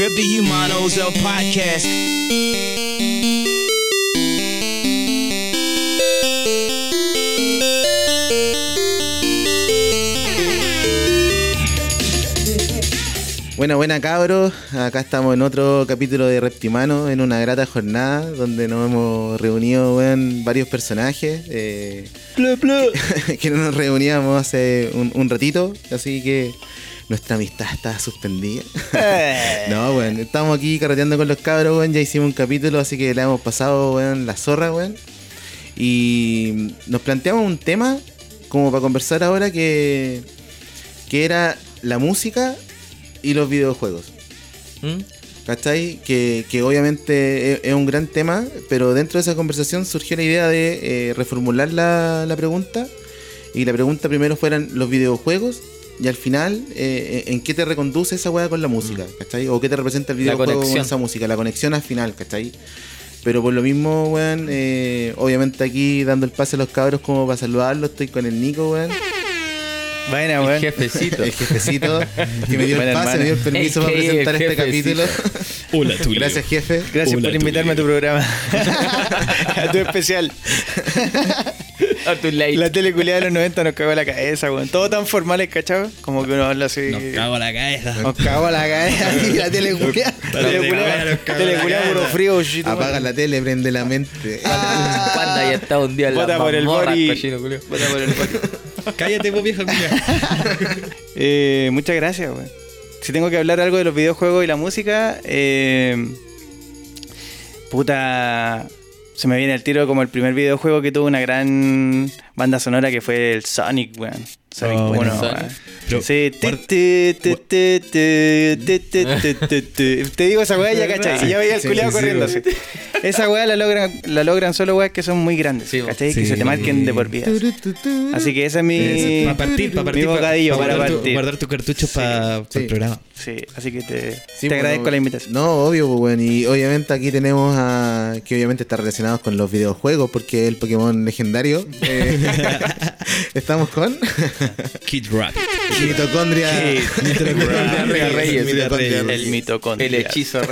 Rip the Humanos, el podcast. Buena cabros, acá estamos en otro capítulo de Reptimano, en una grata jornada donde nos hemos reunido varios personajes que no nos reuníamos hace un ratito, así que nuestra amistad está suspendida. No, estamos aquí carreteando con los cabros, ya hicimos un capítulo, así que le hemos pasado la zorra, y nos planteamos un tema como para conversar ahora que era la música y los videojuegos. ¿Cachai? Que obviamente es un gran tema, pero dentro de esa conversación surgió la idea de reformular la pregunta. Y la pregunta primero fueran los videojuegos, y al final, ¿en qué te reconduce esa weá con la música? ¿Cachai? O qué te representa el videojuego con esa música, la conexión al final, ¿cachai? Pero por lo mismo, obviamente aquí dando el pase a los cabros como para saludarlos, estoy con el Nico, Buena, el jefecito que me dio el pase, me dio el permiso para presentar este capítulo. Hola, Tulio. Gracias, jefe. Gracias Hola, por invitarme a tu programa. A tu especial. A tu late. La tele culiada de los 90 nos cagó la cabeza, weón. Todo tan formales, ¿cachado? Como que uno habla así. Nos cago la cabeza. Nos cago la cabeza. Y la tele culiada. La tele culiada puro frío. Apaga la tele, prende la mente. Panda ya está un día en la Vota por el Bori. Vota por el Bori. Cállate, vos, vieja culia. Muchas gracias, weón. Si tengo que hablar algo de los videojuegos y la música, puta, se me viene al tiro como el primer videojuego que tuvo una gran banda sonora, que fue el Sonic, weón. Sonic, bueno, sí, te digo esa weá, ya cachai. Y ya veía el culiado corriendo así. Esa weá la logran solo weas que son muy grandes, ¿cachai? Que se te marquen de por vida. Así que ese es mi bocadillo para partir. Guardar tus cartuchos para el programa. Sí, así que te agradezco la invitación. No, obvio, y obviamente aquí tenemos a que obviamente está relacionado con los videojuegos porque es el Pokémon legendario. Estamos con Kid Rock. Mitocondria Reyes. El mitocondria. El hechizo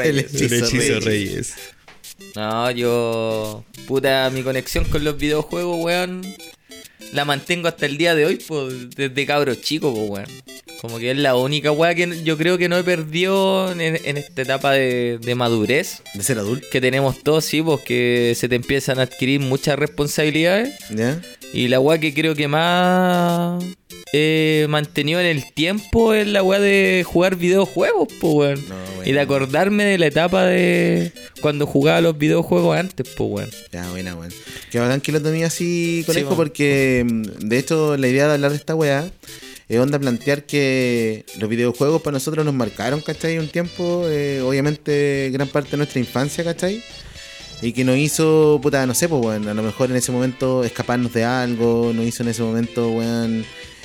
Reyes. No, yo... Puta, mi conexión con los videojuegos, weón, la mantengo hasta el día de hoy, pues, desde cabro chico, pues, weón. Como que es la única weá que yo creo que no he perdido en esta etapa de madurez. De ser adulto. Que tenemos todos, sí, pues, que se te empiezan a adquirir muchas responsabilidades. ¿Ya? Y la weá que creo que más mantenido en el tiempo es la weá de jugar videojuegos, pues, weón. No, y de acordarme de la etapa de cuando jugaba los videojuegos antes, pues, weón. Ya, buena. Que bacán que lo tomé así, conejo, sí, porque de hecho la idea de hablar de esta weá es onda plantear que los videojuegos para nosotros nos marcaron, ¿cachai? Un tiempo, obviamente gran parte de nuestra infancia, ¿cachai? Y que nos hizo, puta, no sé, pues, weón, a lo mejor en ese momento escaparnos de algo, nos hizo en ese momento, weón,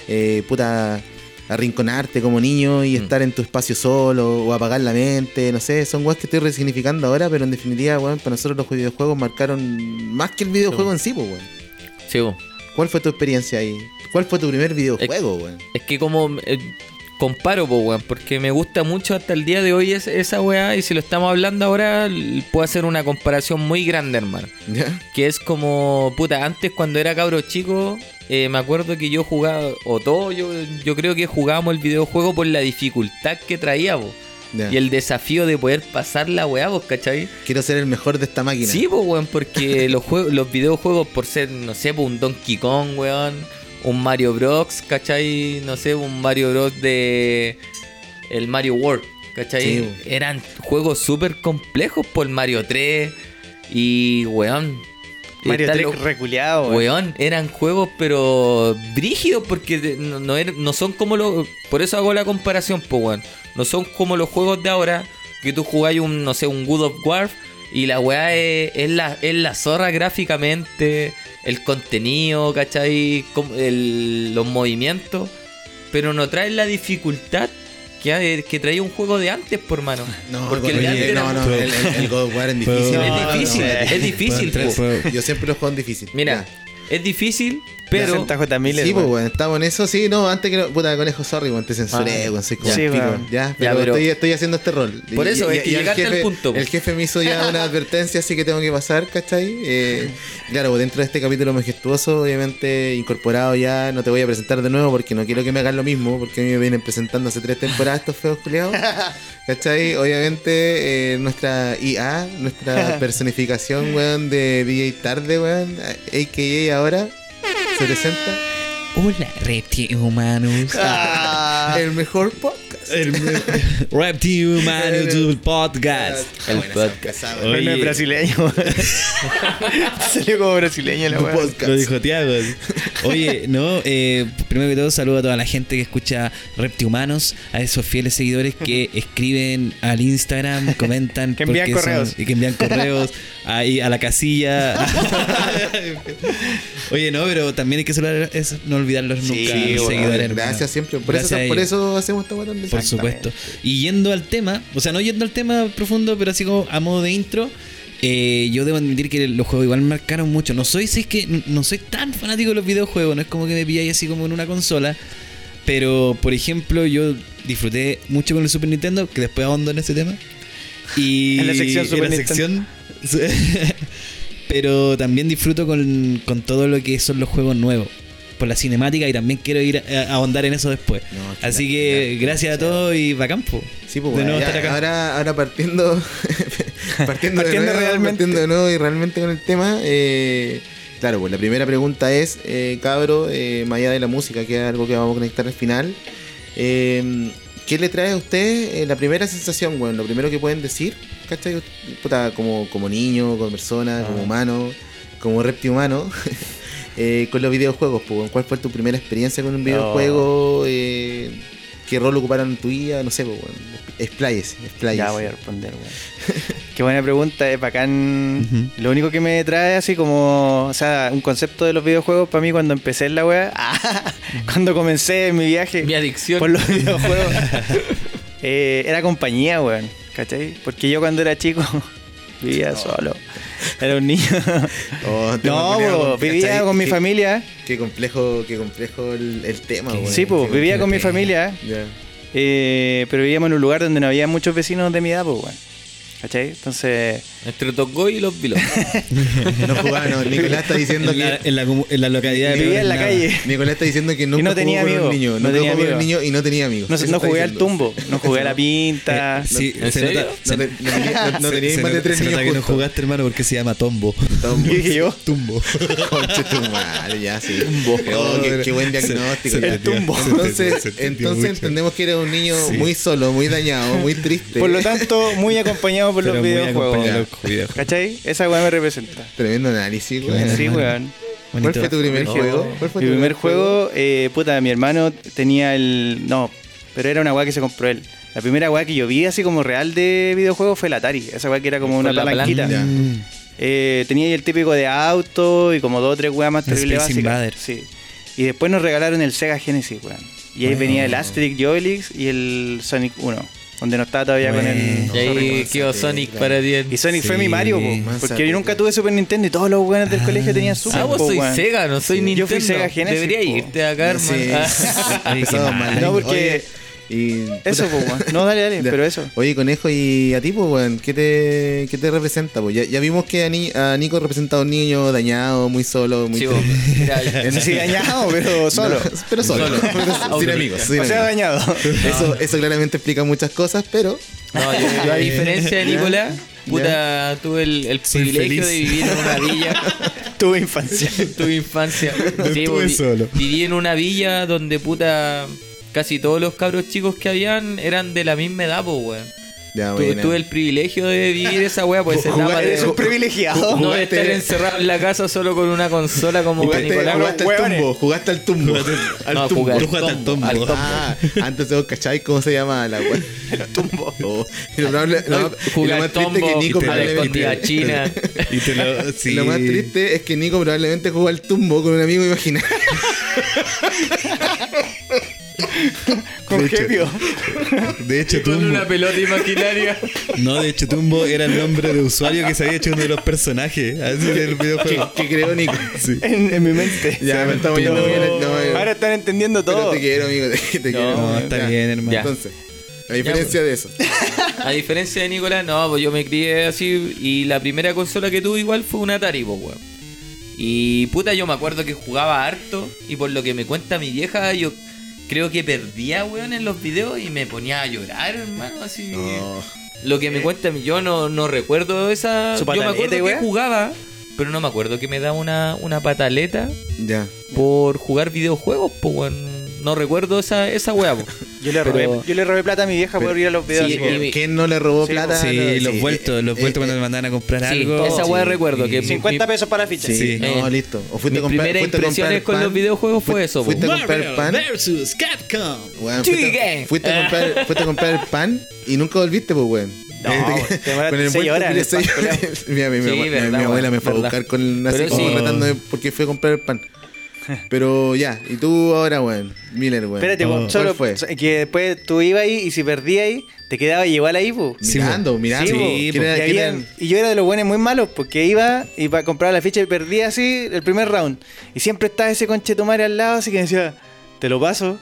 puta, arrinconarte como niño y estar en tu espacio solo o apagar la mente, no sé, son weas que estoy resignificando ahora, pero en definitiva, weón, para nosotros los videojuegos marcaron más que el videojuego en sí, pues, weón. Sí, weón. ¿Cuál fue tu experiencia ahí? ¿Cuál fue tu primer videojuego, weón? Es que como comparo, po, weón, porque me gusta mucho hasta el día de hoy esa weá, y si lo estamos hablando ahora, puedo hacer una comparación muy grande, hermano. ¿Ya? Que es como, puta, antes cuando era cabro chico, me acuerdo que yo jugaba, o todo, yo creo que jugábamos el videojuego por la dificultad que traía, po. Yeah. Y el desafío de poder pasar la weá, vos, ¿cachai? Quiero ser el mejor de esta máquina. Sí, pues, weón, porque los videojuegos, por ser, no sé, pues, un Donkey Kong, weón, un Mario Bros, ¿cachai? No sé, un Mario Bros de el Mario World, ¿cachai? Sí. Eran juegos súper complejos por el Mario 3 y, weón, Mario 3 reculeado, weón, eran juegos pero brígidos porque no son como los... Por eso hago la comparación, pues, weón. No son como los juegos de ahora, que tú jugáis un God of War y la weá es la zorra gráficamente, el contenido, ¿cachai? Los movimientos, pero no trae la dificultad que traía un juego de antes, por mano. No, porque el God of War es difícil. Es difícil. Yo siempre lo juego en difícil. Mira, Es difícil, pero... Sí, pues, weón, estamos en eso. Sí, no, antes que no... Puta, conejo, sorry, weón, te censuré, weón, soy como sí, pico, weón. ya, pero estoy haciendo este rol. Por eso, es que llegaste jefe, al punto. El jefe me hizo ya una advertencia, así que tengo que pasar, ¿cachai? Claro, pues dentro de este capítulo majestuoso, obviamente, incorporado ya, no te voy a presentar de nuevo porque no quiero que me hagan lo mismo, porque a mí me vienen presentando hace 3 temporadas estos feos culiados, ¿cachai? Obviamente, nuestra IA, nuestra personificación, weón, de DJ Tarde, weón, a.k.a. ahora, se presenta. Hola, reptihumanos. El mejor podcast. Reptihumanos Podcast. El podcast. Bueno, es brasileño. Salió como brasileño la weá. Lo dijo Tiago. Oye, no, primero que todo saludo a toda la gente que escucha Reptihumanos, a esos fieles seguidores que escriben al Instagram, comentan que envían correos. Y que envían correos ahí a la casilla. Oye, no, pero también hay que saludar, no olvidarlos nunca, Sí, seguidores, hermano. gracias siempre. Por Gracias eso hacemos esta weá también. Por supuesto. Y yendo al tema, o sea, no yendo al tema profundo, pero así como a modo de intro, yo debo admitir que los juegos igual me marcaron mucho. No soy tan fanático de los videojuegos, no es como que me pilláis así como en una consola. Pero, por ejemplo, yo disfruté mucho con el Super Nintendo, que después ahondo en ese tema. Y en la sección Super Nintendo. Pero también disfruto con todo lo que son los juegos nuevos, por la cinemática, y también quiero ir a ahondar en eso después. No, así que gracias a todos y bacán, po. Sí, pues, bueno, ahora partiendo de nuevo y realmente con el tema. Claro, pues la primera pregunta es, cabro, más allá de la música, que es algo que vamos a conectar al final, ¿qué le trae a usted la primera sensación, bueno, lo primero que pueden decir, ¿cachai? Puta, como niño, como persona, como humano, como reptihumano, con los videojuegos, pues, ¿cuál fue tu primera experiencia con un videojuego? ¿Qué rol ocuparon en tu vida? No sé, pues, bueno, expláyese. Ya voy a responder, weón. Qué buena pregunta, es bacán. Lo único que me trae así como, o sea, un concepto de los videojuegos para mí cuando empecé en la weá, cuando comencé mi viaje, mi adicción por los videojuegos, era compañía, weón, ¿cachai? Porque yo cuando era chico vivía solo. Era un niño. Vivía con mi familia. Qué complejo el tema, weón. Sí, pues, vivía con mi familia. Yeah. Pero vivíamos en un lugar donde no había muchos vecinos de mi edad, pues, weón. ¿Cachai? Entonces... entre Tocó y Los Vilos. No jugaba, no. Nicolás está diciendo en la localidad de vivía en la calle. Nicolás está diciendo que nunca tenía jugó con un niño. No tenía jugó con un niño y no tenía amigos. No jugué al tumbo. No jugué a la pinta. Sí, ¿en serio? No teníais más de 3 niños. Que no jugaste, hermano, porque se llama Tombo. ¿Qué dije yo? Tumbo. Conche tu madre, ya sí. Tumbo. Qué buen diagnóstico. El tumbo. Entonces entendemos que eres un niño muy solo, muy dañado, muy triste. Por lo tanto, muy acompañado por los videojuegos. ¿Cachai? Esa weá me representa. Tremendo análisis, weón. Sí, weón. ¿Cuál fue tu primer juego? Mi primer juego, mi hermano tenía pero era una weá que se compró él. La primera weá que yo vi así como real de videojuegos fue el Atari. Esa weá que era como una palanquita. Tenía ahí el típico de auto y como 2 o 3 weas más terribles básicas. Sí. Y después nos regalaron el Sega Genesis, weón. Y ahí venía el Asterix y Obelix y el Sonic 1. Donde no estaba todavía con el... Y ahí quedó Sonic para ti. Y Sonic fue mi Mario, porque yo nunca tuve Super Nintendo y todos los weones del colegio tenían Super. Vos soy Sega, no soy Nintendo. Yo fui Sega Genesis. Debería irte acá, hermano. No, porque... eso, pues, weón. No, dale, pero eso. Yo. Oye, Conejo, ¿y a ti, pues, weón? ¿Qué te representa? Pues ya vimos que a Nico representa a un niño dañado, muy solo, muy triste. Sí, dañado, pero solo. No, pero solo. Sin amigos. O sea, dañado. Eso claramente explica muchas cosas, pero... No, yo a diferencia de Nicolás, puta, tuve el privilegio de vivir en una villa. Tuve infancia. Estuve solo. Viví en una villa donde, puta... casi todos los cabros chicos que habían eran de la misma edad, pues, weón. Tuve el privilegio de vivir esa weá, pues esa etapa de... ¿Eres un privilegiado? No de estar encerrado en la casa solo con una consola como Nicolás. Jugaste al tumbo. Tú jugaste al tumbo. Antes de vos, ¿cachai? ¿Cómo se llama la weá? El tumbo. Jugué al tumbo, a la escondida china. Lo más triste es que Nico probablemente jugó al tumbo con un amigo imaginario. Con Gepio. De hecho, Con Tumbo. una pelota imaginaria. No, de hecho, Tumbo era el nombre de usuario que se había hecho uno de los personajes. Así que el videojuego. ¿Qué creo, Nico? Sí. En mi mente. Ya, me estamos yendo bien. Ahora están entendiendo Pero todo. te quiero, amigo. Te quiero. No, está Ya. bien, hermano. Ya. Entonces, a diferencia de eso. A diferencia de Nicolás, no, pues yo me crié así. Y la primera consola que tuve igual fue un Atari, pues, weón. Y puta, yo me acuerdo que jugaba harto. Y por lo que me cuenta mi vieja, yo creo que perdía, weón, en los videos. Y me ponía a llorar, hermano, así. No. Lo que me cuenta, yo no recuerdo esa. Su Yo me pataleta, acuerdo que weón. jugaba, pero no me acuerdo que me daba una pataleta Ya. por jugar videojuegos, pues, weón. No recuerdo esa weá, pues. Yo le robé plata a mi vieja por ir a los videos. Sí, así que- y- ¿Quién no le robó Sí, plata? Sí, No, los vueltos cuando me mandaban a comprar Sí, algo. esa weá Sí. recuerdo que 50 pesos para la ficha. Sí, Sí. no, listo. O fuiste Mis a comprar. primeras fuiste a comprar impresiones con pan. los videojuegos fue eso, po. Fuiste a comprar pan. versus Capcom. Weón, Sí, fuiste, ¿qué? fuiste a comprar el pan y nunca volviste, pues, weón. No, te demoraste Con el 6 horas en el seis pan, horas. Mira, mi Sí, verdad, abuela weón, me fue a verdad. buscar con así Pero como sí. retando porque fue a comprar el pan. Pero ya, y tú ahora, weón, Miller, weón. Espérate, Oh. solo ¿Cuál fue? que después tú ibas ahí y si perdías ahí, te quedabas igual ahí, pues. Sí, Mirando. Sí, po. Sí, ¿Quién era- y, quién habían- era? y yo era de los buenos muy malos porque iba y para comprar la ficha y perdía así el primer round. Y siempre estaba ese conchetumare al lado, así que decía, te lo paso.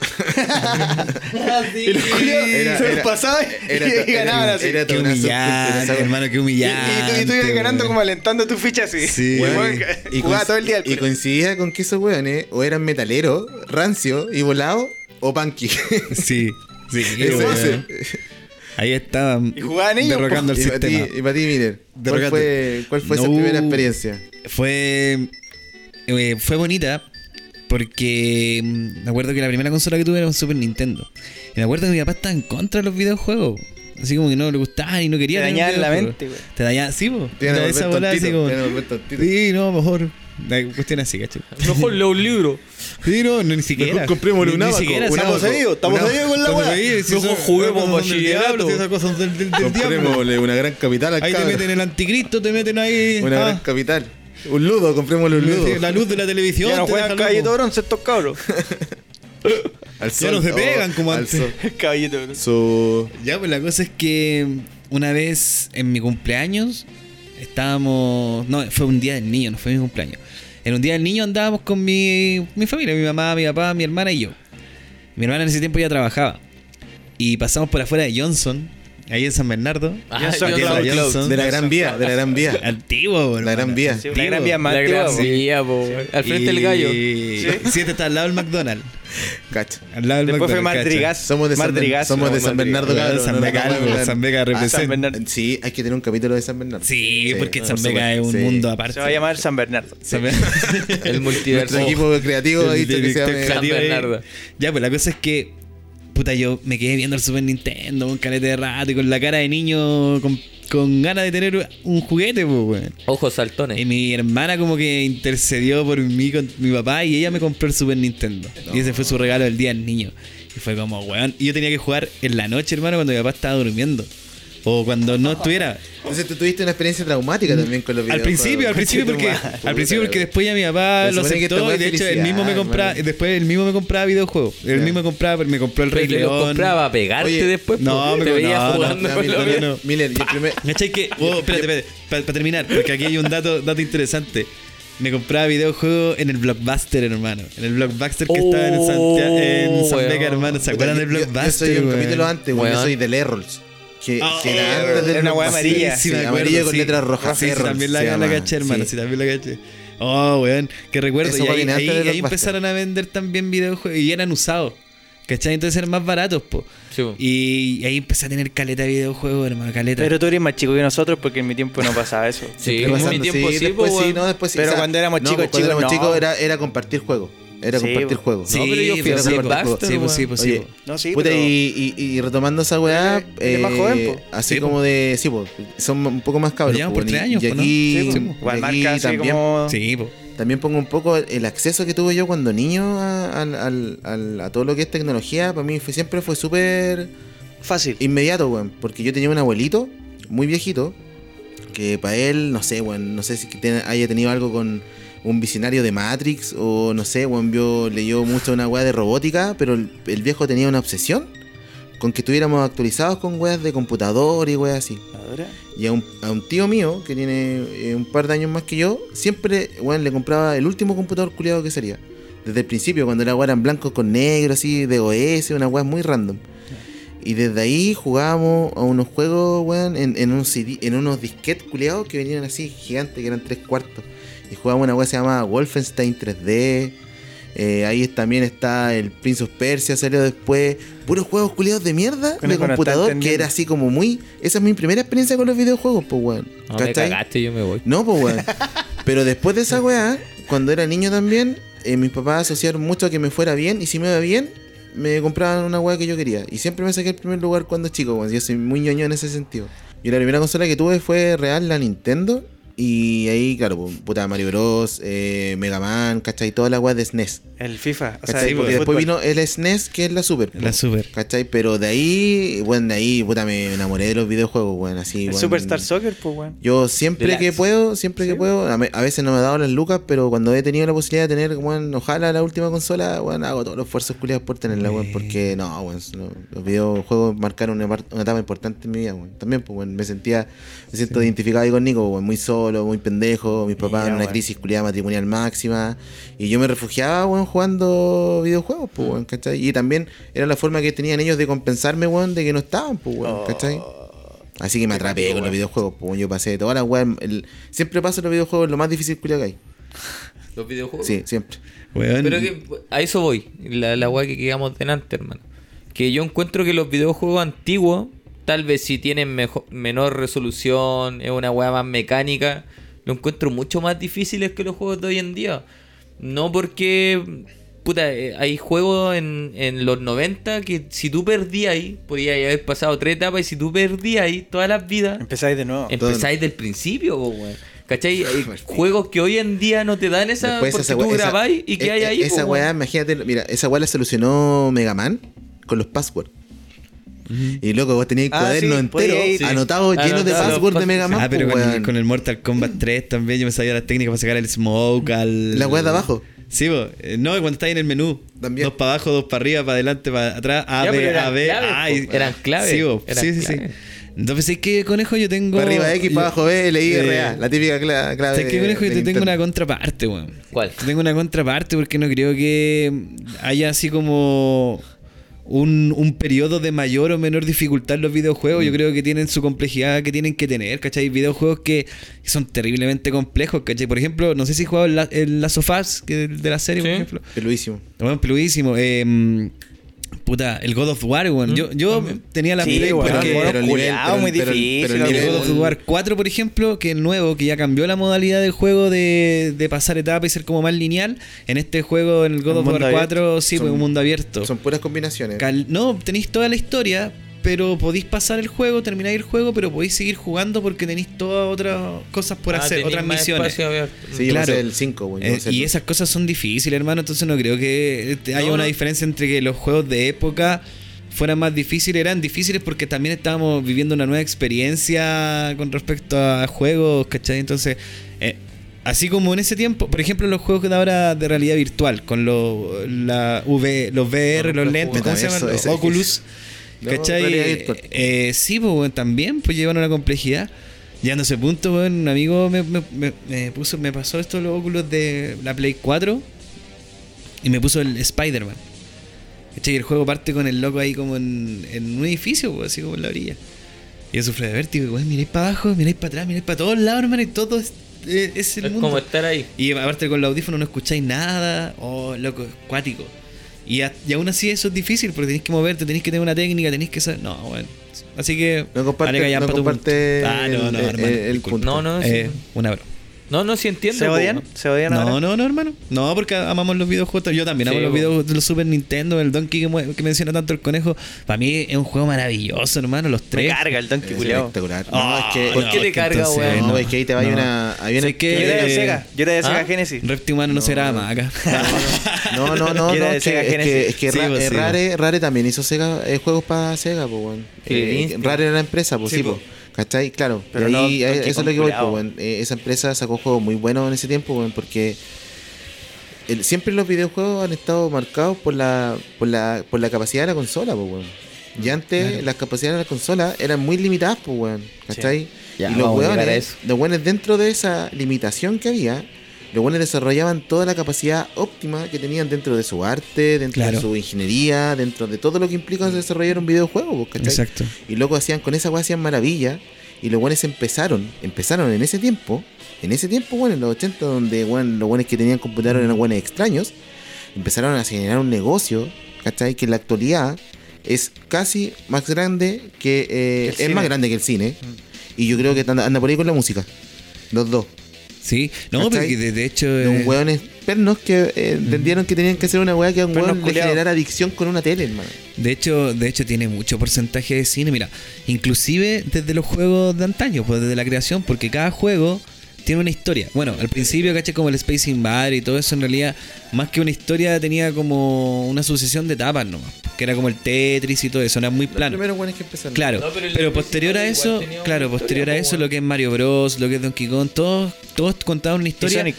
Y los culiados se los pasaba y ganaban así. era Qué toda una humillante, sorpresa, hermano, qué humillante. Y tú ibas ganando weón. como alentando tu ficha así. Sí. Y el weón. weón jugaba todo el día al y culiao. coincidía con que esos weones o eran metaleros, rancio y volado, o punky. Sí, sí, Ese- weón. ese. Ahí estaban Y jugaban ellos, derrocando el Y para ti, sistema. Miller, Derrocate. ¿cuál fue esa No. primera experiencia? Fue bonita porque me acuerdo que la primera consola que tuve era un Super Nintendo. Y me acuerdo que mi papá estaba en contra de los videojuegos. Así como que no le gustaban y no quería. Te tener dañaban la videojuegos. mente, güey. Te dañaban, sí, po. Tiene Era que esa volver bola así tontito, como. tiene que volver tontito. Sí, no, mejor. La cuestión así, ¿cachai? Mejor leo un libro. Sí, no, ni siquiera. Mejor comprémosle un Ni abaco, siquiera un esa abaco. cosa. Estamos Una- ahí con la Entonces, weá. ahí, si Mejor son- juguemos son del bachillerato. diablo, si esas cosas del diablo. Comprémosle una gran capital al Ahí te cabro. meten el anticristo, te meten ahí. Una gran capital. Un ludo, comprémosle un ludo. La luz de la televisión. Ya no te juegan deja caballito loco. bronce estos cabros. Al Ya no se pegan como al antes. sol. Caballito bronce. Su... Ya, pues la cosa es que una vez en mi cumpleaños estábamos. No, fue un día del niño, no fue mi cumpleaños. En un día del niño andábamos con mi familia, mi mamá, mi papá, mi hermana y yo. Mi hermana en ese tiempo ya trabajaba. Y pasamos por afuera de Johnson, ahí en San Bernardo. Johnson Aquí en la Cloud. Johnson. De la Gran Vía, de la Gran Vía. Antiguo, bro, La Gran hermano. Vía. Sí, la gran vía más La antigua, gran po. vía, po. Al frente del gallo. Sí, este está al lado del McDonald's. Cacha. Al lado del Después fue McDonald's, Madrigal. Somos de San, Madrigal, somos de San Bernardo, cacha. cabrón. San no Vega, nos vamos a hablar. San Vega San representa. Bernardo. Sí, hay que tener un capítulo de San Bernardo. Sí, porque por San Vega es un supuesto, sí. mundo aparte. Se va a llamar San Bernardo. San Vega. El multiverso. Nuestro equipo creativo ha dicho que se llame... San Bernardo. Ya, pues la cosa es que. Puta, yo me quedé viendo el Super Nintendo con caleta de rato y con la cara de niño con ganas de tener un juguete, pues, weón. Ojos Y saltones. mi hermana como que intercedió por mí con mi papá y ella me compró el Super Nintendo. Y ese fue su regalo del día del niño. Y fue como, weón. Y yo tenía que jugar en la noche, hermano, cuando mi papá estaba durmiendo. O cuando no estuviera. Entonces tú tuviste una experiencia traumática también con los Al videojuegos. principio porque después ya mi papá Pero lo supone que esta aceptó weá y de es hecho él mismo me felicidad, compraba, hermano. después él mismo me compraba videojuegos. Él Ya. mismo me compró el Rey Pero te los León. compraba a pegarte Oye, después. no, po. me Te co- veía no, jugando Ya, con los Miller, videos. Miller, yo primero... ¿Cachai que? Oh, espérate, para terminar, porque aquí hay un dato interesante. Me compraba videojuegos en el Blockbuster, hermano. En el Blockbuster que estaba en San weón. Vega, hermano. ¿Se acuerdan del Yo Blockbuster? soy un weón? capítulo antes, weón. Yo Weón. soy del Errols. Que Ah, era antes del era una weá Blockbuster. amarilla. Sí, me acuerdo, amarilla con sí. letras rojas. Sí, Errols también se la llama. caché, hermano. Sí. Sí, también la caché. Oh, weón. Que recuerdo. Eso Y fue ahí, bien antes del ahí Blockbuster. empezaron a vender también videojuegos y eran usados. ¿Cachai? Entonces eran más baratos, po. Sí, po. Y ahí empecé a tener caleta de videojuegos, hermano. Caleta. Pero tú eres más chico que nosotros porque en mi tiempo no pasaba eso. Sí, Siempre en pasando, mi tiempo sí, después po, sí, weón. no, después sí. Pero cuando éramos chicos, pues, cuando éramos chicos, no. era compartir juegos. Era Sí, compartir po. juegos. sí, No, pero yo fui pues, a sí, Blockbuster, sí, pues, sí, weón. pues, sí, Oye, pues. No, sí, Puta, pero... y retomando esa weá, Eres más joven, po. así Sí, como po. de, sí, po, son un poco más cabros. Llevamos po, por 3 y- años, y po, ¿no? aquí, Sí, Sí, po. po. Igual y aquí marca así también, como... Sí, po. también pongo un poco el acceso que tuve yo cuando niño a todo lo que es tecnología. Para mí siempre fue súper Fácil. inmediato, weón. Porque yo tenía un abuelito muy viejito que para él, no sé, weón, no sé si haya tenido algo con un visionario de Matrix, o no sé, weón, leyó mucho una weá de robótica, pero el viejo tenía una obsesión con que estuviéramos actualizados con weas de computador y weas así. Y a un tío mío, que tiene un par de años más que yo, siempre, weón, le compraba el último computador culiado que salía. Desde el principio, cuando la wea eran blancos con negro, así, de OS, una wea muy random. Y desde ahí jugábamos a unos juegos, weón, en unos disquetes culiados que venían así, gigantes, que eran 3/4. Y jugábamos una wea que se llama Wolfenstein 3D. Ahí también está el Prince of Persia, salió después. Puros juegos culiados de mierda de computador, que era así como muy... Esa es mi primera experiencia con los videojuegos, pues, weón. No, me cagaste, yo me voy. No, pues, weón. Pero después de esa weá, cuando era niño también, mis papás asociaron mucho a que me fuera bien. Y si me iba bien, me compraban una weá que yo quería. Y siempre me saqué el primer lugar cuando chico, weón. Yo soy muy ñoño en ese sentido. Y la primera consola que tuve fue real, la Nintendo. Y ahí, claro, puta, Mario Bros, Mega Man, ¿cachai? Toda la weá de SNES. El FIFA, o sea, ¿cachai? Porque después vino el SNES, que es la Super. La Super. ¿Cachai? Pero de ahí, bueno, puta, me enamoré de los videojuegos, bueno, así. El bueno, Superstar Soccer, pues, weón. Yo siempre que puedo, a veces no me he dado las lucas, pero cuando he tenido la posibilidad de tener, bueno, ojalá la última consola, bueno, hago todos los esfuerzos culiados por tenerla, bueno, porque los videojuegos marcaron una etapa importante en mi vida, bueno. También, pues, bueno, me siento identificado ahí con Nico, bueno, muy solo, muy pendejo, mis papás en una crisis culiada matrimonial máxima, y yo me refugiaba, bueno, jugando videojuegos, pues, bueno, ¿cachai? Y también era la forma que tenían ellos de compensarme, bueno, de que no estaban, pues, bueno, ¿cachai? Así que me atrapé con los videojuegos, pues, yo pasé todas las weas, siempre paso los videojuegos lo más difícil culiado que hay. ¿Los videojuegos? Sí, siempre. Weón. Pero que a eso voy, la wea que quedamos delante, hermano. Que yo encuentro que los videojuegos antiguos, tal vez si tienen menor resolución, es una wea más mecánica, lo encuentro mucho más difíciles que los juegos de hoy en día. No porque, puta, hay juegos en los 90 que si tú perdías ahí, podías haber pasado 3 etapas, y si tú perdías ahí todas las vidas, empezáis de nuevo. Empezáis del principio, weón. ¿Cachai? Hay juegos que hoy en día no te dan esa, después porque tú grabáis y que hay ahí. Esa weá, imagínate, mira, esa weá la solucionó Mega Man con los passwords. Y loco, vos tenías cuaderno entero anotado lleno de password de Mega Man. Pero con el Mortal Kombat 3 también yo me sabía las técnicas para sacar el smoke al... La weá de abajo. Sí, no, cuando estáis en el menú. También. 2 para abajo, 2 para arriba, para adelante, para atrás, A, B, A, B. Eran claves. Sí. Entonces, ¿sabes qué, Conejo? Yo tengo... Para arriba X, para abajo B, L, I, R, A. La típica clave. ¿Sabes qué, Conejo? Yo te tengo una contraparte, weón. ¿Cuál? Te tengo una contraparte porque no creo que haya así como... Un periodo de mayor o menor dificultad en los videojuegos. Yo creo que tienen su complejidad que tienen que tener, ¿cachai? Videojuegos que son terriblemente complejos, ¿cachai? Por ejemplo, no sé si jugado el Last of Us, que de la serie, por ejemplo. Peluísimo. Bueno, peluísimo. Puta, el God of War, weón. Yo tenía la Play porque muy difícil. Pero el God of War 4, por ejemplo, que es nuevo, que ya cambió la modalidad del juego de pasar etapas y ser como más lineal. En este juego, en el God of War 4, sí, pues un mundo abierto. Son puras combinaciones. No, tenéis toda la historia, pero podéis pasar el juego, termináis el juego, pero podéis seguir jugando porque tenéis todas otras cosas por hacer, otras misiones. Sí, claro. El 5, y esas cosas son difíciles, hermano, entonces no creo que haya una diferencia entre que los juegos de época fueran más difíciles. Eran difíciles porque también estábamos viviendo una nueva experiencia con respecto a juegos, ¿cachai? Entonces... así como en ese tiempo, por ejemplo, los juegos de ahora de realidad virtual, con los VR, los lentes, ¿cómo se llaman? Los Oculus, ¿cachai? Sí, pues también pues llevan una complejidad. Llegando a ese punto, bueno, un amigo me pasó esto los Oculus de la Play 4 y me puso el Spider-Man. ¿Cachai? Y el juego parte con el loco ahí como en un edificio, pues, así como en la orilla. Y yo sufro de vértigo, güey, miráis para abajo, miráis para atrás, miráis para todos lados, hermano, y todo es el mundo. Como estar ahí. Y aparte con los audífonos no escucháis nada. Oh, loco, es cuático. Y aún así eso es difícil porque tenéis que moverte, tenéis que tener una técnica, tenéis que saber. No, bueno. Así que. No comparte el punto. No, una broma. No, sí entiendo. ¿Se odian? ¿Se odian ahora? No, hermano. No, porque amamos los videojuegos. Yo también amo los videojuegos de los Super Nintendo. El Donkey que menciona tanto el Conejo. Para mí es un juego maravilloso, hermano. Los 3. Me carga el Donkey, culiao. Espectacular. ¿Por qué te carga, weón? No, es que ahí te va una... Yo era de Sega. Yo era de Sega Genesis. Reptimano no se graba más acá. No. Yo era de Sega Genesis. Es que Rare también hizo Sega juegos para Sega, pues, weón. Rare era la empresa, pues, sí, pues. ¿Cachai? Claro, Pero pero ahí, no Donkey eso es Kong lo que voy, culeado. pues, weón. Esa empresa sacó juegos muy buenos en ese tiempo, weón, porque siempre los videojuegos han estado marcados por la capacidad de la consola, pues, weón. Y antes las capacidades de la consola eran muy limitadas, pues, weón. ¿Cachai? Ya, y los vamos a llegar a weones, eso. los weones dentro de esa limitación que había, los weones desarrollaban toda la capacidad óptima que tenían dentro de su arte, dentro Claro. de su ingeniería, dentro de todo lo que implica desarrollar un videojuego, pues, ¿cachai? Exacto. Y luego hacían, con esa weá hacían maravilla. Y los weones empezaron en ese tiempo, bueno, en los 80, donde weón, los weones que tenían computadores eran weones extraños, empezaron a generar un negocio, ¿cachai? Que en la actualidad es casi más grande que es cine. más grande que el cine. Y yo creo que anda por ahí con la música. Los dos. Sí, no, ¿Cachai? porque de hecho. De un weones pernos que entendieron que tenían que hacer una weá que a un Pernos weón le culiados. generara adicción con una tele, hermano. De hecho, tiene mucho porcentaje de cine. Mira, inclusive desde los juegos de antaño, pues desde la creación, porque cada juego tiene una historia. Bueno, al principio, caché, como el Space Invader y todo eso, en realidad, más que una historia, tenía como una sucesión de etapas nomás. Que era como el Tetris y todo eso, era muy Los plano. primeros weones que empezaron. Claro, No, pero el pero Space posterior a Invader eso, igual tenía claro, una posterior historia, a eso, pues, lo que es Mario Bros, lo que es Donkey Kong, todos contaban una historia. Sonic.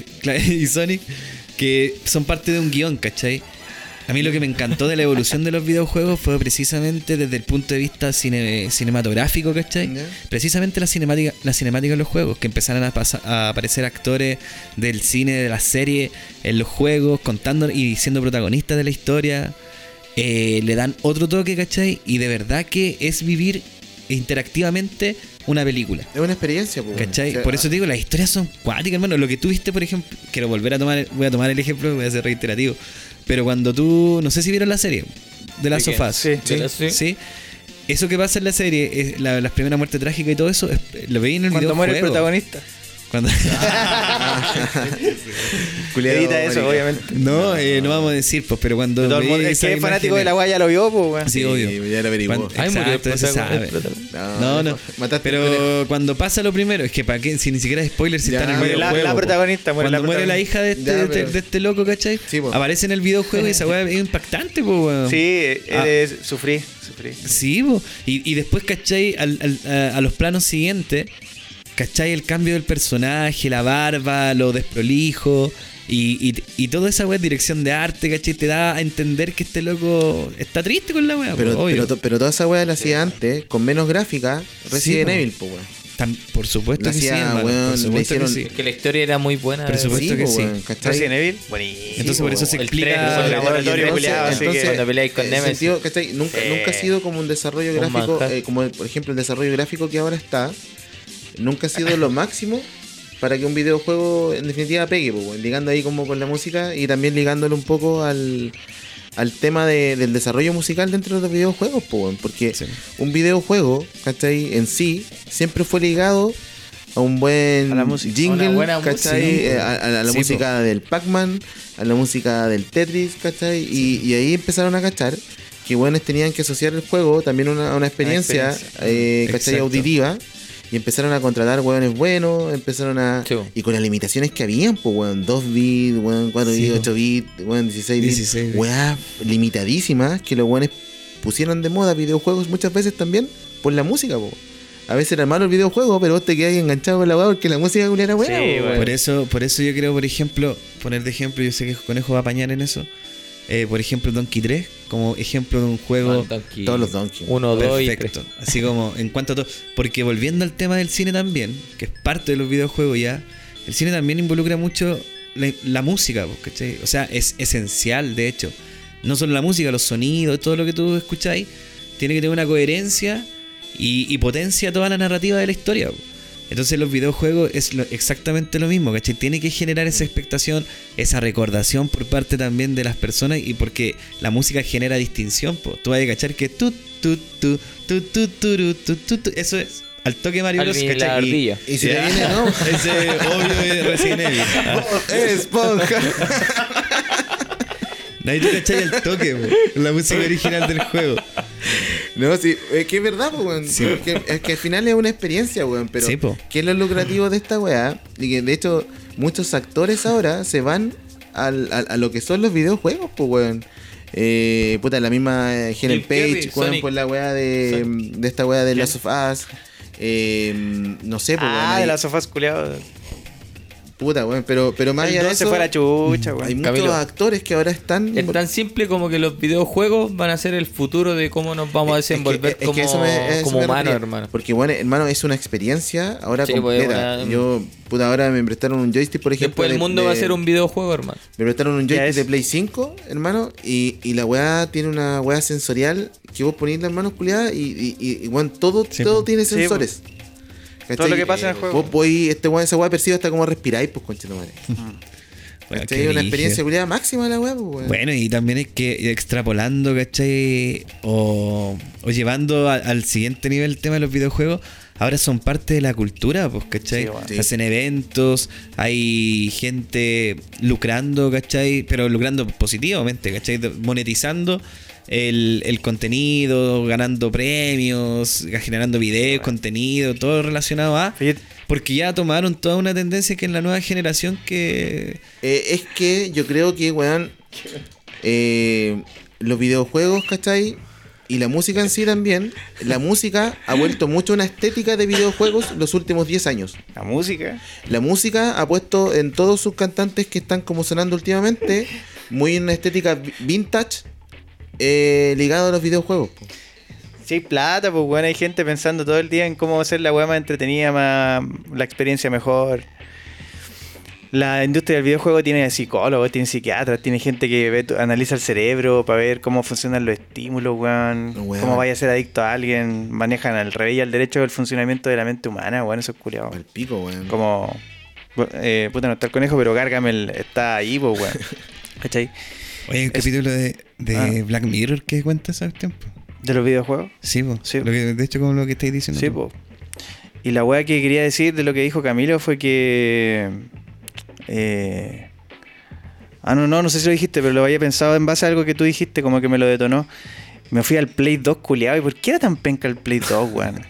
Y Sonic, que son parte de un guión, ¿cachai? A mí lo que me encantó de la evolución de los videojuegos fue precisamente desde el punto de vista cinematográfico, ¿cachai? Ya. Precisamente la cinemática de los juegos, que empezaron a aparecer actores del cine, de la serie, en los juegos, contando y siendo protagonistas de la historia. Le dan otro toque, ¿cachai? Y de verdad que es vivir interactivamente una película. Es una experiencia, pues. ¿Cachai? O sea, Por eso te digo, las historias son cuáticas, hermano. Lo que tú viste, por ejemplo, voy a tomar el ejemplo, voy a ser reiterativo. Pero cuando tú, no sé si vieron la serie de las ¿De qué? sofás. Sí. Sí. Eso que pasa en la serie, es las primeras muertes trágicas y todo eso, lo veis en el Cuando muere el videojuego. protagonista. Cuando... culiado, Edita eso, marica. obviamente. no vamos a decir, pues, pero cuando Todo el veis mundo, el esa que es fanático imagen- de la guaya ya lo vio, pues, weón. Sí, obvio. Ya lo averiguó. Cuando- Ay, murió el Exacto, eso se sabe. protagonista. No. Mataste el conejo. Pero cuando pasa lo primero, es que para qué, si ni siquiera es spoiler, si Ya, está en el muere videojuego. la po. protagonista, muere Cuando la muere la protagonista. hija de Ya, pero- de este loco, ¿cachai? Sí, po. Aparece en el videojuego y esa weá es impactante, po, weón. Sí, Ah. sufrí. Sí, po. Y después, ¿cachai? A los planos siguientes, ¿cachai? El cambio del personaje, la barba, lo desprolijo. Y toda esa weá es dirección de arte, ¿cachai? Te da a entender que este loco está triste con la weá, po, obvio. Pero toda esa weá la hacía antes, con menos gráfica, Resident po. Evil, pues, weón. Por supuesto La que sí, hacía, hermano. weón, Por supuesto le que hicieron- sí. Que la historia era muy buena. Por supuesto que po, sí. weón, ¿cachai? Resident Evil, buenísimo. Entonces por eso se El explica... 3, el laboratorio Entonces- culiado, así que cuando peleáis con en Nemesis. sentido, ¿cachai? Nunca ha sido como un desarrollo Un gráfico, manjar. como por ejemplo el desarrollo gráfico que ahora está, nunca ha sido lo máximo para que un videojuego en definitiva pegue, pues, weón, ligando ahí como con la música y también ligándolo un poco al tema del desarrollo musical dentro de los videojuegos, pues, weón, porque Sí. un videojuego, ¿cachai? En sí, siempre fue ligado a un buen A la música. jingle, A una buena ¿cachai? música. A la Sí, música del Pac-Man, a la música del Tetris, ¿cachai? Y ahí empezaron a cachar que buenos tenían que asociar el juego también a una experiencia, ¿cachai? Exacto. Auditiva. Y empezaron a contratar hueones buenos, empezaron a... Sí. Y con las limitaciones que habían, pues, weón, 2 bits, weón, 4 Sí, bits, po. 8 bits, weón, 16 bits, 16 bits. weá, limitadísimas, que los weones pusieron de moda videojuegos muchas veces también por la música, po. A veces era malo el videojuego, pero vos te quedás enganchado con la weá porque la música era buena, Sí, po, weón. weón. Por eso yo creo, por ejemplo, poner de ejemplo, yo sé que Conejo va a apañar en eso. Por ejemplo, Donkey 3, como ejemplo de un juego Todos los Donkey. 1, 2 y 3. perfecto. Así como en cuanto a todo. Porque volviendo al tema del cine también, que es parte de los videojuegos ya, el cine también involucra mucho la música, ¿cachai? O sea, es esencial, de hecho. No solo la música, los sonidos, todo lo que tú escucháis, tiene que tener una coherencia y potencia toda la narrativa de la historia, po. Entonces los videojuegos es exactamente lo mismo, ¿cachai? Tiene que generar esa expectación, esa recordación por parte también de las personas y porque la música genera distinción, po. Tú vas a cachar que eso es al toque Mario Bros, Alvin y la ¿cachai? ardilla. Y si Ya. te viene, ¿no? Ese obvio es Resident Evil. Esponja. Nadie te cachai el toque, po. La música original del juego. No, sí, es que es verdad, pues, weón. Sí. Es que al final es una experiencia, weón. Pero, Sí, po. ¿qué es lo lucrativo de esta weá? Y que de hecho, muchos actores ahora se van a lo que son los videojuegos, pues, weón. Puta, la misma Helen Jim Carrey, Page, weón, Sonic. por la weá de esta weá de Last of Us. No sé, pues, de las sofás culiados. Puta, weón, pero más allá de eso, se fue la chucha, weón. hay muchos actores que ahora están... Es tan simple como que los videojuegos van a ser el futuro de cómo nos vamos a desenvolver como humanos, hermano. Porque, bueno, hermano, es una experiencia ahora completa. Yo, puta, ahora me prestaron un joystick, por ejemplo. Después el mundo va a ser un videojuego, hermano. Me prestaron un joystick de Play 5, hermano, y la weá tiene una weá sensorial que vos ponís las manos culiadas y bueno, todo tiene sensores. Todo lo que pasa en el juego. Vos podís, esa weá percibe hasta como respiráis, pues, concha tu madre. ¿Cachai? Una experiencia culiada máxima de la weá, pues, Bueno, y también es que extrapolando, ¿cachai? O llevando al siguiente nivel el tema de los videojuegos, ahora son parte de la cultura, pues, ¿cachai? Sí. Hacen eventos, hay gente lucrando, ¿cachai? Pero lucrando positivamente, ¿cachai? Monetizando el contenido, ganando premios, generando videos, contenido, todo relacionado a... Porque ya tomaron toda una tendencia que en la nueva generación que... es que yo creo que, weón, los videojuegos, ¿cachai? Y la música en sí también. La música ha vuelto mucho una estética de videojuegos los últimos 10 años. ¿La música? La música ha puesto en todos sus cantantes que están como sonando últimamente muy una estética vintage ligado a los videojuegos. Si hay plata, pues bueno, hay gente pensando todo el día en cómo hacer la weá más entretenida, más la experiencia mejor. La industria del videojuego tiene psicólogos, tiene psiquiatras, tiene gente que analiza el cerebro para ver cómo funcionan los estímulos, weón. Cómo vaya a ser adicto a alguien. Manejan al revés y al derecho el funcionamiento de la mente humana, weón. Eso es culiado. El pico, weón. Como, puta, no está el conejo, pero Gargamel está ahí, pues, weón. ¿Cachai? Oye, hay un capítulo de Black Mirror que cuenta ese tiempo. ¿De los videojuegos? Sí, po. Sí. De hecho, como lo que estáis diciendo. Sí, po. Y la weá que quería decir de lo que dijo Camilo fue que... no sé si lo dijiste, pero lo había pensado en base a algo que tú dijiste, como que me lo detonó. Me fui al Play 2 culiado. ¿Y por qué era tan penca el Play 2, weón?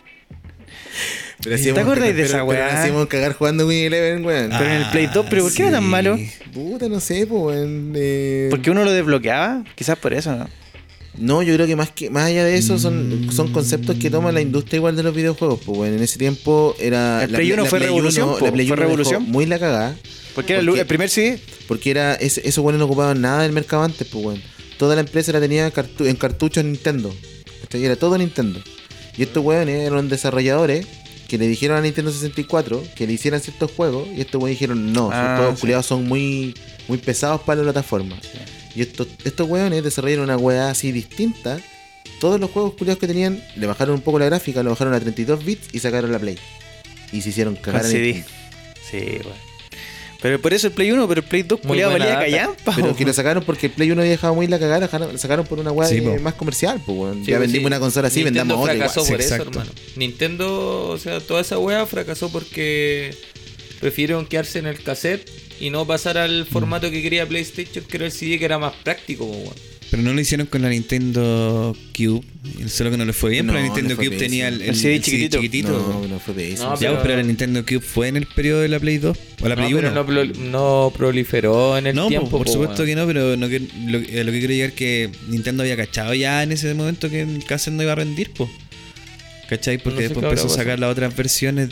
¿Te acordáis de esa weá? Pero hacíamos cagar jugando Win Eleven, weón. Pero en el Play 2, ¿pero por qué era tan malo? Puta, no sé, pues, weón. ¿Porque uno lo desbloqueaba? Quizás por eso, ¿no? No, yo creo que más allá de eso son conceptos que toma la industria igual de los videojuegos, pues, bueno, en ese tiempo era... El Play 1 fue revolución, la Play 1 fue revolución. Muy la cagada. Porque era el primer CD. Porque era esos buenos no ocupaban nada del mercado antes, pues, bueno. Toda la empresa la tenía en cartuchos Nintendo. Era todo Nintendo. Y estos weones eran desarrolladores que le dijeron a Nintendo 64 que le hicieran ciertos juegos y estos weones dijeron no, todos culiados son muy, muy pesados para la plataforma. Sí. Y estos weones desarrollaron una weá así distinta. Todos los juegos culiados que tenían le bajaron un poco la gráfica, lo bajaron a 32 bits y sacaron la Play. Y se hicieron cagar en el... Sí, weón. Pero por eso el Play 1, pero el Play 2 culiado valía callampa. Pero que lo sacaron porque el Play 1 había dejado muy la cagada, lo sacaron por una weá más comercial, pues weón. Ya vendimos una consola así, vendamos otra. Nintendo fracasó igual. por eso, hermano. Nintendo, o sea, toda esa weá fracasó porque prefirieron quedarse en el cassette y no pasar al formato que quería PlayStation, que era el CD, que era más práctico, weón. Pero no lo hicieron con la Nintendo Cube, solo que no le fue bien, pero la Nintendo Cube tenía el CD chiquitito. No fue de eso. No, pero la Nintendo Cube fue en el periodo de la Play 2 o la Play 1. Pero no proliferó en el tiempo. Por supuesto que no, pero lo que quiero llegar es que Nintendo había cachado ya en ese momento que el cassette no iba a rendir, pues. ¿Cachai? Porque después empezó a sacar las otras versiones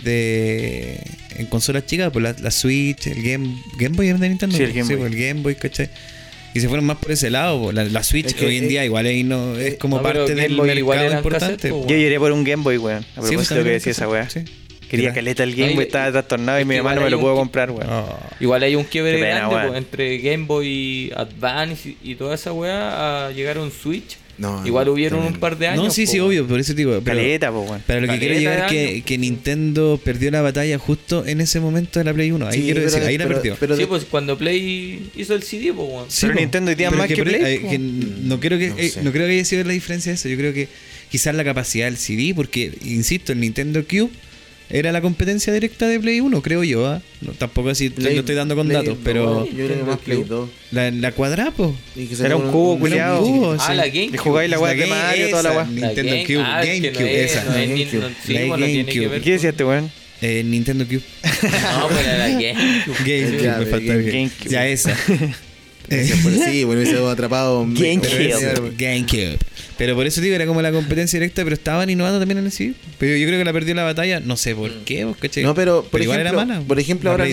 en consolas chicas, pues la Switch, el Game Boy era de Nintendo. Sí, el Game Boy, ¿cachai? Y se fueron más por ese lado. La Switch que hoy en día igual ahí no es como parte del mercado importante. Yo lloré por un Game Boy, weón. A propósito de lo que decía esa weá. Sí. Quería caleta el Game Boy, estaba trastornado y mi mamá no me lo pudo comprar, weón. Igual hay un quiebre grande entre Game Boy Advance y toda esa weá a llegar a un Switch. Igual hubieron un par de años. No, sí, obvio, por eso te digo. Caleta, pues, weón. Pero lo que quiero llegar es que Nintendo perdió la batalla justo en ese momento de la Play 1. Ahí quiero decir, ahí la perdió. Sí, pues cuando Play hizo el CD, pues, weón. Sí, pero Nintendo tiene más que Play. No creo que haya sido la diferencia de eso. Yo creo que quizás la capacidad del CD, porque, insisto, el Nintendo Cube era la competencia directa de Play 1, creo yo. No, tampoco así lo estoy dando con datos, pero... Yo creo que más Play 2. La cuadrada, po. Era un cubo culiado. La GameCube. Y jugáis la weá de Mario, toda la weá. Nintendo Cube, GameCube, esa. GameCube. ¿Qué decías, weón? Nintendo Cube. No, pero era la GameCube. GameCube, me falta el GameCube. Ya esa. Sí, bueno, hubiese atrapado. GameCube. Pero por eso digo, era como la competencia directa, pero estaban innovando también en el sí. Pero yo creo que la perdió la batalla, no sé por qué, ¿cachai? No, pero igual era mala. Por ejemplo, ahora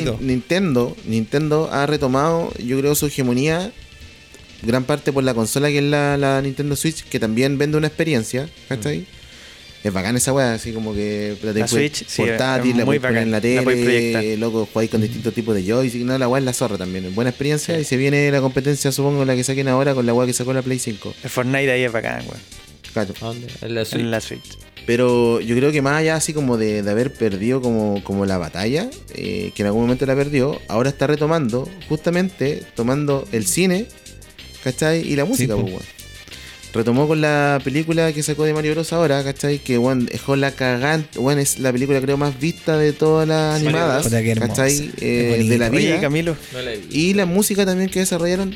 Nintendo ha retomado, yo creo, su hegemonía gran parte por la consola que es la Nintendo Switch, que también vende una experiencia, ¿cachai? Es bacán esa weá, así como que la Switch, portátil, sí, la puedes bacán, poner en la tele, loco, jugáis con distintos tipos de joystick, no, la weá es la zorra también, es buena experiencia, sí. Y se viene la competencia, supongo, la que saquen ahora con la weá que sacó la Play 5. El Fortnite ahí es bacán, weón. Claro. ¿Dónde? En la Switch. En la Switch. Pero yo creo que más allá así como de haber perdido como la batalla, que en algún momento la perdió, ahora está retomando, justamente tomando el cine, ¿cachai? Y la música, sí, pues, weón. Retomó con la película que sacó de Mario Bros ahora, ¿cachai? Que, weón, dejó la cagante, weón, es la película creo más vista de todas las animadas, ¿cachai? De la vida. Oye, Camilo. Y la música también que desarrollaron,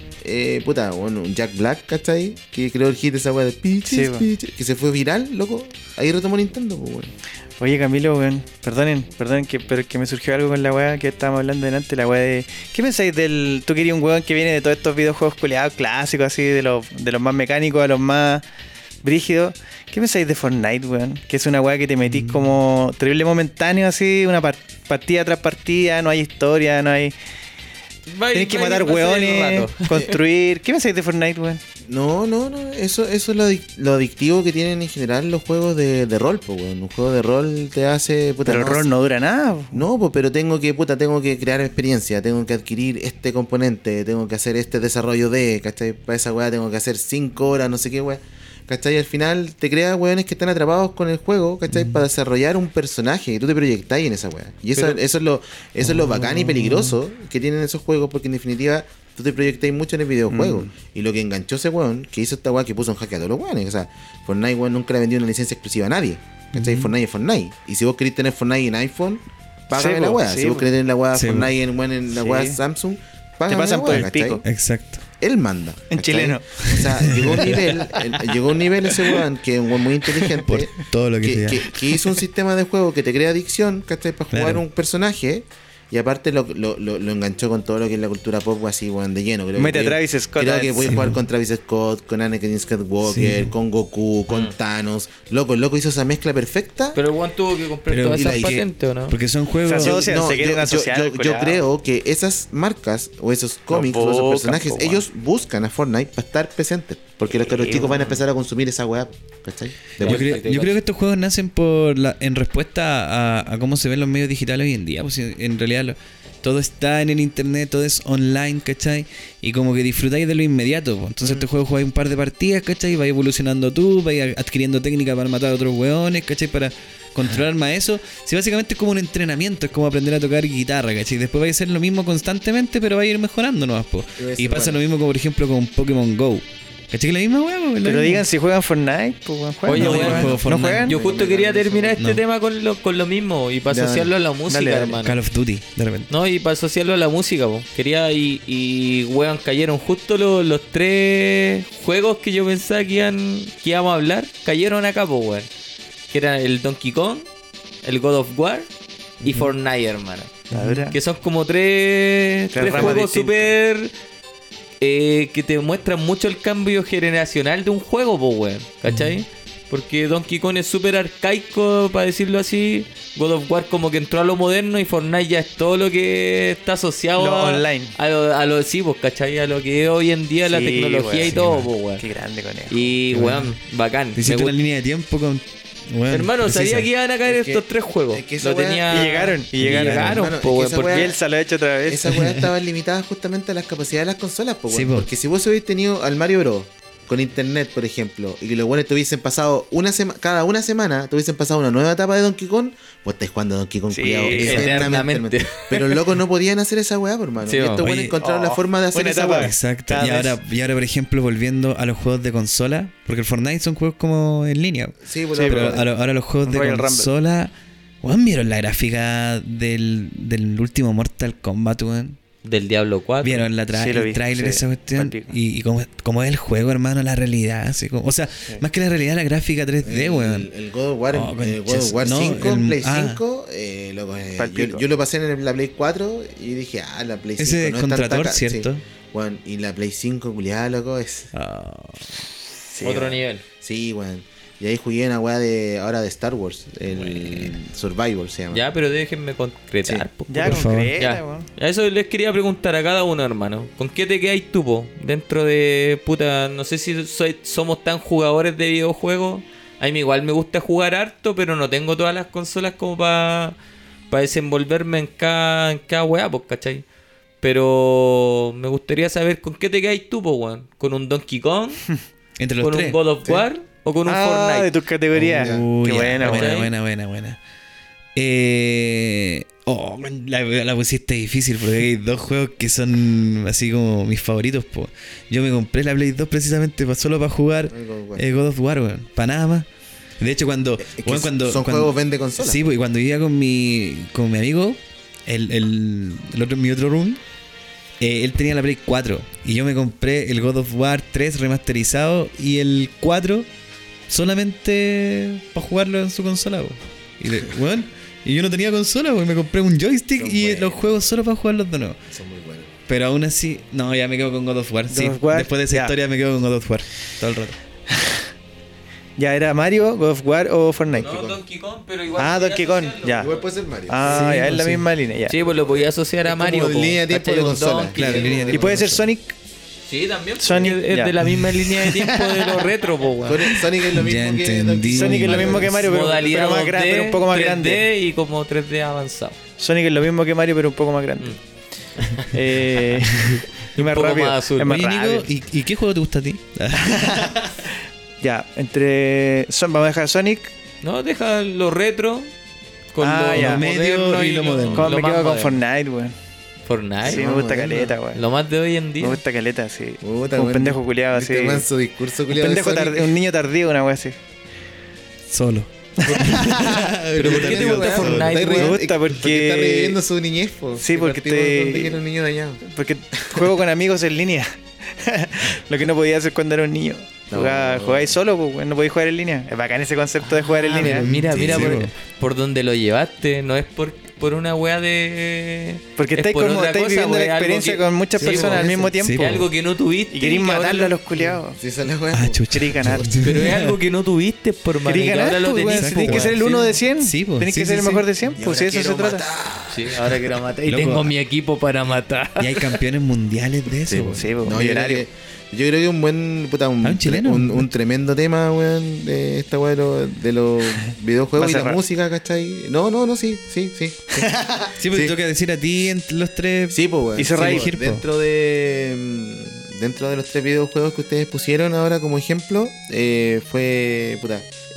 bueno, Jack Black, ¿cachai? Que creó el hit de esa weá de Peaches, Peaches, que se fue viral, loco. Ahí retomó Nintendo, pues, weón. Oye, Camilo, weón, perdonen, pero que me surgió algo con la weá que estábamos hablando delante, la weá de... ¿Qué pensáis del... Tú querías un weón que viene de todos estos videojuegos culiados clásicos, así, de los más mecánicos a los más brígidos? ¿Qué pensáis de Fortnite, weón? Que es una weá que te metís como terrible momentáneo, así, una partida tras partida, no hay historia, no hay... Tienes que matar weones, construir... ¿Qué pensáis de Fortnite, weón? No, eso es lo adictivo que tienen en general los juegos de rol, pues, weón. Un juego de rol te hace... Puta, pero el rol no dura nada. No, pues, pero tengo que crear experiencia, tengo que adquirir este componente, tengo que hacer este desarrollo ¿cachai? Para esa weá tengo que hacer 5 horas, no sé qué weá. ¿Cachai? Al final te creas weones que están atrapados con el juego, ¿cachai? Para desarrollar un personaje y tú te proyectáis en esa weá. Y eso es lo bacán y peligroso que tienen esos juegos, porque en definitiva tú te proyectáis mucho en el videojuego. Y lo que enganchó ese weón, que hizo esta weá, que puso en jaque a todos los weones. O sea, Fortnite, weón, nunca le vendió una licencia exclusiva a nadie. ¿Cachai? Fortnite es Fortnite. Y si vos queréis tener Fortnite en iPhone, págame la weá. Si vos querés tener la weá Fortnite en la weá Samsung, págame te pasan la por weá, el pico. Exacto. Él manda. En ¿cachai? chileno. O sea, llegó a un nivel ese weón, que es un weón muy inteligente, por todo lo que hizo un sistema de juego que te crea adicción, ¿cachai? Para jugar un personaje. Y aparte lo enganchó con todo lo que es la cultura pop, así, weón, de lleno. Mete a Travis Scott. Creo que voy a jugar con Travis Scott, con Anakin Skywalker, con Goku, con Thanos. Loco hizo esa mezcla perfecta. Pero el weón tuvo que comprar todas esas patentes, ¿o no? Porque son juegos... Yo creo que esas marcas, o esos cómics, o esos personajes, ellos buscan a Fortnite para estar presentes. Porque los chicos van a empezar a consumir esa weá, ¿cachai? Yo creo que estos juegos nacen en respuesta a cómo se ven los medios digitales hoy en día. Pues en realidad todo está en el internet, todo es online, ¿cachai? Y como que disfrutáis de lo inmediato. Pues. Entonces este juego jugáis un par de partidas, ¿cachai? Vais evolucionando tú, vais adquiriendo técnicas para matar a otros weones, ¿cachai? Para controlar más eso. Sí, básicamente es como un entrenamiento, es como aprender a tocar guitarra, ¿cachai? Después vais a hacer lo mismo constantemente, pero vais a ir mejorando nomás, po. Y pasa lo mismo como por ejemplo con Pokémon GO. ¿Cachai? Que la misma weá, pues. Pero digan si juegan Fortnite, pues Oye, ¿no juegan? Yo justo quería terminar este tema con lo mismo y para asociarlo a la música, hermano. Call of Duty, de repente. No, y para asociarlo a la música, pues. Quería y weón, cayeron justo los 3 juegos que yo pensaba que íbamos a hablar, cayeron acá, pues, weón. Que eran el Donkey Kong, el God of War y Fortnite, hermano. Que son como 3 juegos súper... que te muestran mucho el cambio generacional de un juego, po, weón, ¿cachai? Porque Donkey Kong es súper arcaico, para decirlo así. God of War como que entró a lo moderno y Fortnite ya es todo lo que está asociado online. A lo sí, pues, ¿cachai? A lo que es hoy en día la tecnología, weón, y todo, po, weón. Qué grande con eso. Y, weón, bacán. Hiciste una línea de tiempo con... Bueno, hermano, sabía que iban a caer estos 3 juegos. Lo tenía... Y llegaron, hermano, porque Bielsa lo ha hecho otra vez. Esa weá estaba limitada justamente a las capacidades de las consolas, porque si vos hubiese tenido al Mario Bros con internet, por ejemplo, y que los buenos te hubiesen pasado cada una semana, te hubiesen pasado una nueva etapa de Donkey Kong, vos estáis jugando Donkey Kong, cuidado, eternamente. Pero los locos no podían hacer esa weá, por hermano. Sí, y estos buenos encontraron la forma de hacer esa weá. Exacto. Y ahora, por ejemplo, volviendo a los juegos de consola, porque el Fortnite son juegos como en línea. Sí, pero ahora los juegos de consola, weón, ¿vieron la gráfica del último Mortal Kombat, weón? Del Diablo 4. Vieron el trailer, esa cuestión. Y como es el juego, hermano, la realidad. Así como, o sea, más que la realidad, la gráfica 3D, weón. El God of War, God of War 5, Play 5. Loco, yo lo pasé en la Play 4 y dije, la Play 5 ese no es es contra tan Thor, ¿cierto? Sí. Weón, y la Play 5 culiada, loco, es... Sí, Otro weón. nivel. Sí, weón. Y ahí jugué una weá ahora de Star Wars, el Survivor se llama. Ya, pero déjenme concretar. Sí. po, Ya, Por favor. concreta, Ya. weón. A eso les quería preguntar a cada uno, hermano. ¿Con qué te quedáis tú, po? Dentro de, puta, no sé si somos tan jugadores de videojuegos. A mí igual me gusta jugar harto, pero no tengo todas las consolas como para desenvolverme en cada weá, pues, ¿cachai? Pero me gustaría saber con qué te quedáis tú, po, weón. ¿Con un Donkey Kong? Entre los ¿Con tres. un God of War? ¿O con un de Fortnite? tus categorías. Uy, Qué ya, buena, buena, weón. buena. La pusiste difícil porque hay dos juegos que son así como mis favoritos, po. Yo me compré la Play 2 precisamente solo para jugar God of War, weón. Para nada más. De hecho, cuando son juegos vende consolas. Sí, pues cuando iba con mi amigo, mi otro room, él tenía la Play 4 y yo me compré el God of War 3 remasterizado y el 4 solamente para jugarlo en su consola, weón. Y yo no tenía consola, me compré un joystick Son y buenos. los juegos solo para jugarlos de nuevo. Son muy buenos. Pero aún así, no, ya me quedo con God of War. Sí, God of War, después de esa ya. historia me quedo con God of War todo el rato. Ya, ¿era Mario, God of War o Fortnite? No, Donkey Kong, pero igual. Ah, podía Donkey Kong, asociarlo. ya. Igual puede ser Mario. Ah, Sí, ya, es la sí. misma línea, ya. Sí, pues lo podía asociar a Es como Mario. de po, línea de tiempo ¿cachai? de Un consola. Donkey, Claro, línea de ¿Y tiempo. puede ser Sonic? Sí, también. Sonic, es ya. de la misma línea de tiempo de los retro, po, weón. Sonic es lo Ya mismo que entendí. Donkey Kong. Sonic es lo mismo que Mario, pero Modalidad más 2D, grande, pero un poco más 3D grande. y como 3D avanzado. Sonic es lo mismo que Mario, pero un poco más grande. Y más poco rápido. más azul. Es más Oye, rápido. Nico, ¿y qué juego te gusta a ti? Ya, vamos a dejar Sonic. No, deja lo retro con Ah, lo ya. Medio moderno y lo moderno. ¿Cómo lo me más quedo con moderno. Fortnite, weón? Fortnite. Sí, me no, gusta moderno. caleta, weón. Lo más de hoy en Me día. gusta caleta, sí. Puta, Un weón. pendejo culiado así. Este manso discurso Un culiado de pendejo Sonic. un niño tardío, una wea así. Solo. Pero ¿por qué te gusta Fortnite, Está weón? Me gusta porque porque- está reviviendo su niñez, po. Sí, porque partimos te- donde era un niño dañado. Porque juego con amigos en línea. Lo que no podía hacer cuando era un niño. No. Jugáis solo, pues, weón, no podéis jugar en línea. Es bacán ese concepto de jugar en línea. Pero mira, Sí, mira sí, por, po. por donde lo llevaste. No es por una wea de. Porque es estáis por como otra estáis cosa, viviendo weón, la algo experiencia que- con muchas sí, personas po, al mismo sí, tiempo. Es po. algo que no tuviste. Y queréis que ahora matarlo a lo- los culiados. Sí, esa es la weá. Ah, po. chucha. Queréis ganar. Pero es algo que no tuviste por mano. Queréis y que ganar, ahora lo pues, tenés. weón. Exacto, Tenéis que ser el weón. 1 de 100. Sí, po. Tenéis Sí, que ser sí, el sí. mejor de 100. Y Pues ahora si eso se quiero trata. matar. Sí, ahora quiero matar. Y Loco. tengo mi equipo para matar. Y hay campeones mundiales de eso. Sí, po. po. Sí, po, No, yo creo millonario. yo creo que un buen puta, un chileno. un tremendo tema, weón, de esta weá de los videojuegos y Va a la cerrar. música, ¿cachai? No, sí. Sí, pues Sí. te toca decir a ti entre los tres. Sí, pues, weón. Y cerrar Sí, y po. elegir, po. Dentro de los 3 videojuegos que ustedes pusieron ahora como ejemplo, fue, puta,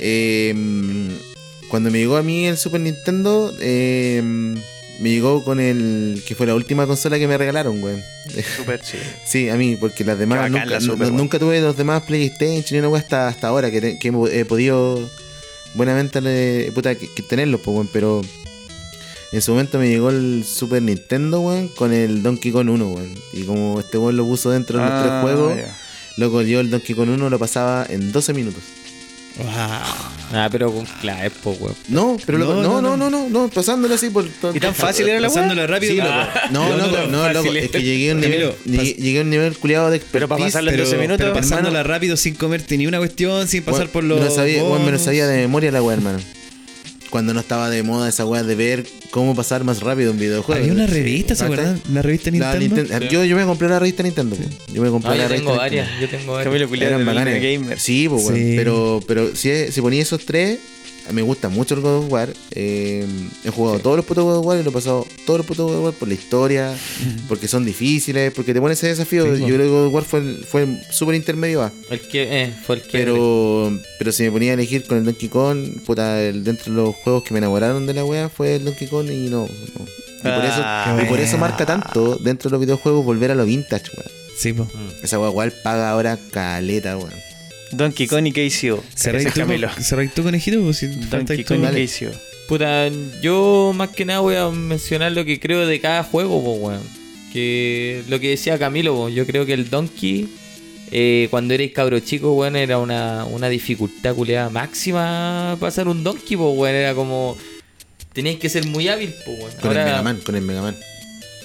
cuando me llegó a mí el Super Nintendo, me llegó con el que fue la última consola que me regalaron, weón. Súper, sí. Sí, a mí, porque las demás Qué bacán nunca, la Super, weón. nunca tuve los demás PlayStation y no, weón, hasta ahora que he podido buenamente que tenerlos, pues, weón, pero en su momento me llegó el Super Nintendo, weón, con el Donkey Kong 1, weón. Y como este weón lo puso dentro de los 3 juegos, ya. loco, yo el Donkey Kong 1 lo pasaba en 12 minutos. Wow. Ah, pero con claves, po, weón. No, pero no, pasándolo así por ¿Y tan fácil era la weá? Pasándolo rápido. Sí, loco. loco. No, loco, es que llegué a un nivel, Camilo, llegué a un nivel culiado de Pero para expertise, pasarlo en 12 minutos, Pero hermano. pasándola rápido sin comerte ni una cuestión, sin pasar por los. me lo sabía, weón, me lo bonos. sabía de memoria la weá, hermano. Cuando no estaba de moda esa weá de ver cómo pasar más rápido un videojuego. Había una revista, ¿se ¿Cachai? acuerdan? La revista La Nintendo. Nintendo- Yo me compré la revista Nintendo. po. Yo me compré No, la yo revista tengo Nintendo. varias. Yo tengo varias. Camilo culiado Eran de bacanes. gamer. Sí, pues, weón. Sí. Pero si ponía esos 3, me gusta mucho el God of War. He jugado todos los putos God of War y lo he pasado todos los putos God of War por la historia, porque son difíciles, porque te pones ese desafío. Sí, Yo po. creo que God of War fue súper intermedio A. El que, fue el que. Pero si me ponía a elegir con el Donkey Kong, puta, dentro de los juegos que me enamoraron de la wea fue el Donkey Kong y no. Y por eso marca tanto dentro de los videojuegos volver a lo vintage, weón. Sí, po. Esa wea igual paga ahora caleta, weón. Donkey Kong y KCO. ¿Cerráis Ese es Camilo. tú, conejito? Pues si Donkey faltáis tú. Kong dale. y KCO. Puta, yo más que nada voy a mencionar lo que creo de cada juego, po, weón. Que lo que decía Camilo, po, yo creo que el Donkey, cuando erais cabro chico, weón, era una dificultad culeada máxima pasar un Donkey, po, weón. Era como. Teníais que ser muy hábil, po, weón. Con el Mega Man.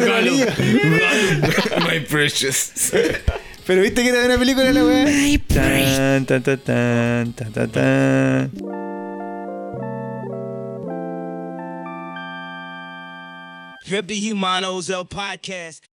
Gollum. My precious. Pero viste que era de una película la weá. My precious. Tan, tan, tan, tan, tan, tan, tan. Drip the Humanos, el podcast.